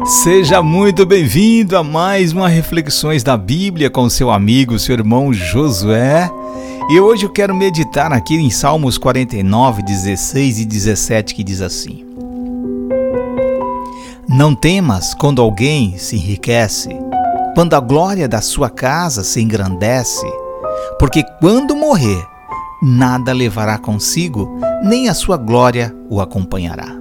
Seja muito bem-vindo a mais uma Reflexões da Bíblia com seu amigo, seu irmão Josué. E hoje eu quero meditar aqui em Salmos 49, 16 e 17, que diz assim: Não temas quando alguém se enriquece, quando a glória da sua casa se engrandece, porque quando morrer, nada levará consigo, nem a sua glória o acompanhará.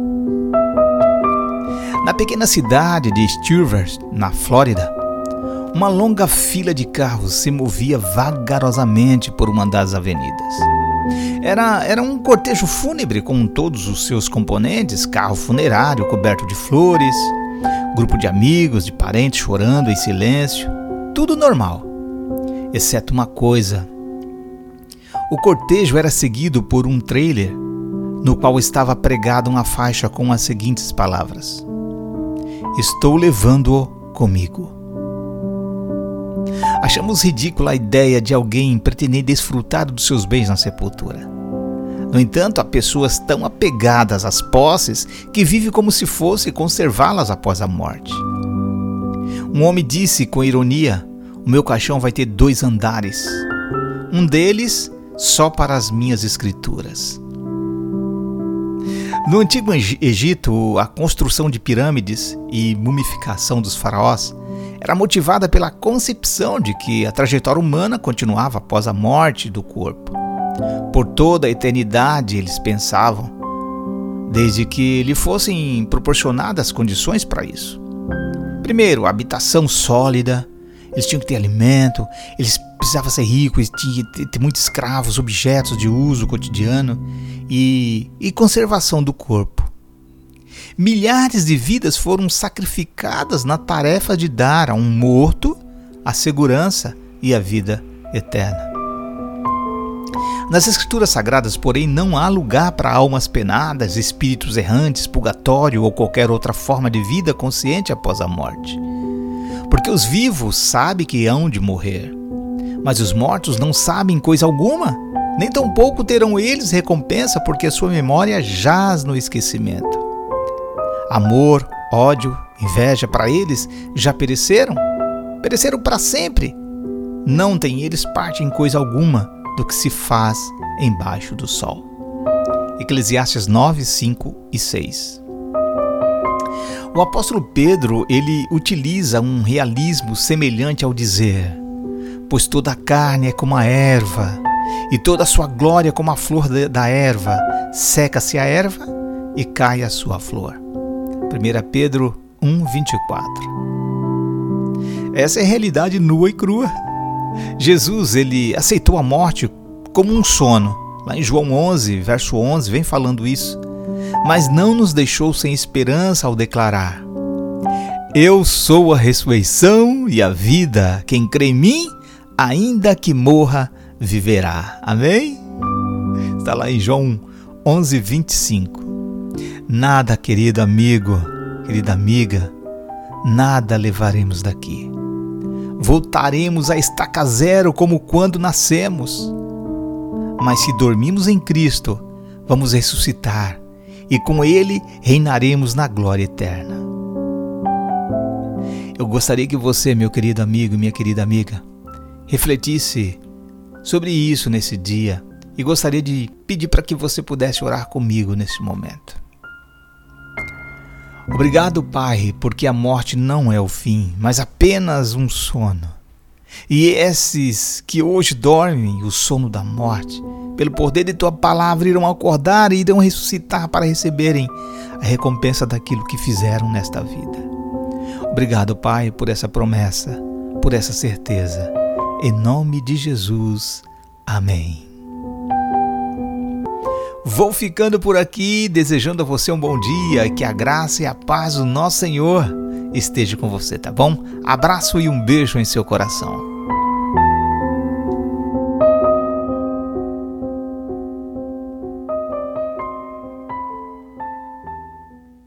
Na pequena cidade de Stillwater, na Flórida, uma longa fila de carros se movia vagarosamente por uma das avenidas. Era um cortejo fúnebre com todos os seus componentes, carro funerário coberto de flores, grupo de amigos, de parentes chorando em silêncio, tudo normal, exceto uma coisa. O cortejo era seguido por um trailer no qual estava pregada uma faixa com as seguintes palavras: Estou levando-o comigo. Achamos ridícula a ideia de alguém pretender desfrutar dos seus bens na sepultura. No entanto, há pessoas tão apegadas às posses que vivem como se fosse conservá-las após a morte. Um homem disse com ironia: o meu caixão vai ter 2 andares. Um deles só para as minhas escrituras. No Antigo Egito, a construção de pirâmides e mumificação dos faraós era motivada pela concepção de que a trajetória humana continuava após a morte do corpo. Por toda a eternidade, eles pensavam, desde que lhe fossem proporcionadas condições para isso. Primeiro, habitação sólida, eles tinham que ter alimento, eles precisavam ser ricos, tinham que ter muitos escravos, objetos de uso cotidiano e conservação do corpo. Milhares de vidas foram sacrificadas na tarefa de dar a um morto a segurança e a vida eterna. Nas Escrituras Sagradas, porém, não há lugar para almas penadas, espíritos errantes, purgatório ou qualquer outra forma de vida consciente após a morte. Porque os vivos sabem que hão de morrer, mas os mortos não sabem coisa alguma, nem tampouco terão eles recompensa, porque a sua memória jaz no esquecimento. Amor, ódio, inveja para eles já pereceram para sempre. Não têm eles parte em coisa alguma do que se faz embaixo do sol. Eclesiastes 9, 5 e 6. O apóstolo Pedro, ele utiliza um realismo semelhante ao dizer: pois toda a carne é como a erva, e toda a sua glória como a flor da erva. Seca-se a erva e cai a sua flor. 1 Pedro 1, 24. Essa é a realidade nua e crua. Jesus, ele aceitou a morte como um sono. Lá em João 11, verso 11, vem falando isso. Mas não nos deixou sem esperança ao declarar: Eu sou a ressurreição e a vida. Quem crê em mim, ainda que morra, viverá. Amém? Está lá em João 11, 25. Nada, querido amigo, querida amiga, nada levaremos daqui. Voltaremos à estaca zero como quando nascemos. Mas se dormimos em Cristo, vamos ressuscitar e com Ele reinaremos na glória eterna. Eu gostaria que você, meu querido amigo e minha querida amiga, refletisse sobre isso nesse dia e gostaria de pedir para que você pudesse orar comigo nesse momento. Obrigado, Pai, porque a morte não é o fim, mas apenas um sono. E esses que hoje dormem o sono da morte, pelo poder de Tua palavra, irão acordar e irão ressuscitar para receberem a recompensa daquilo que fizeram nesta vida. Obrigado, Pai, por essa promessa, por essa certeza. Em nome de Jesus. Amém. Vou ficando por aqui, desejando a você um bom dia, que a graça e a paz do nosso Senhor esteja com você, tá bom? Abraço e um beijo em seu coração.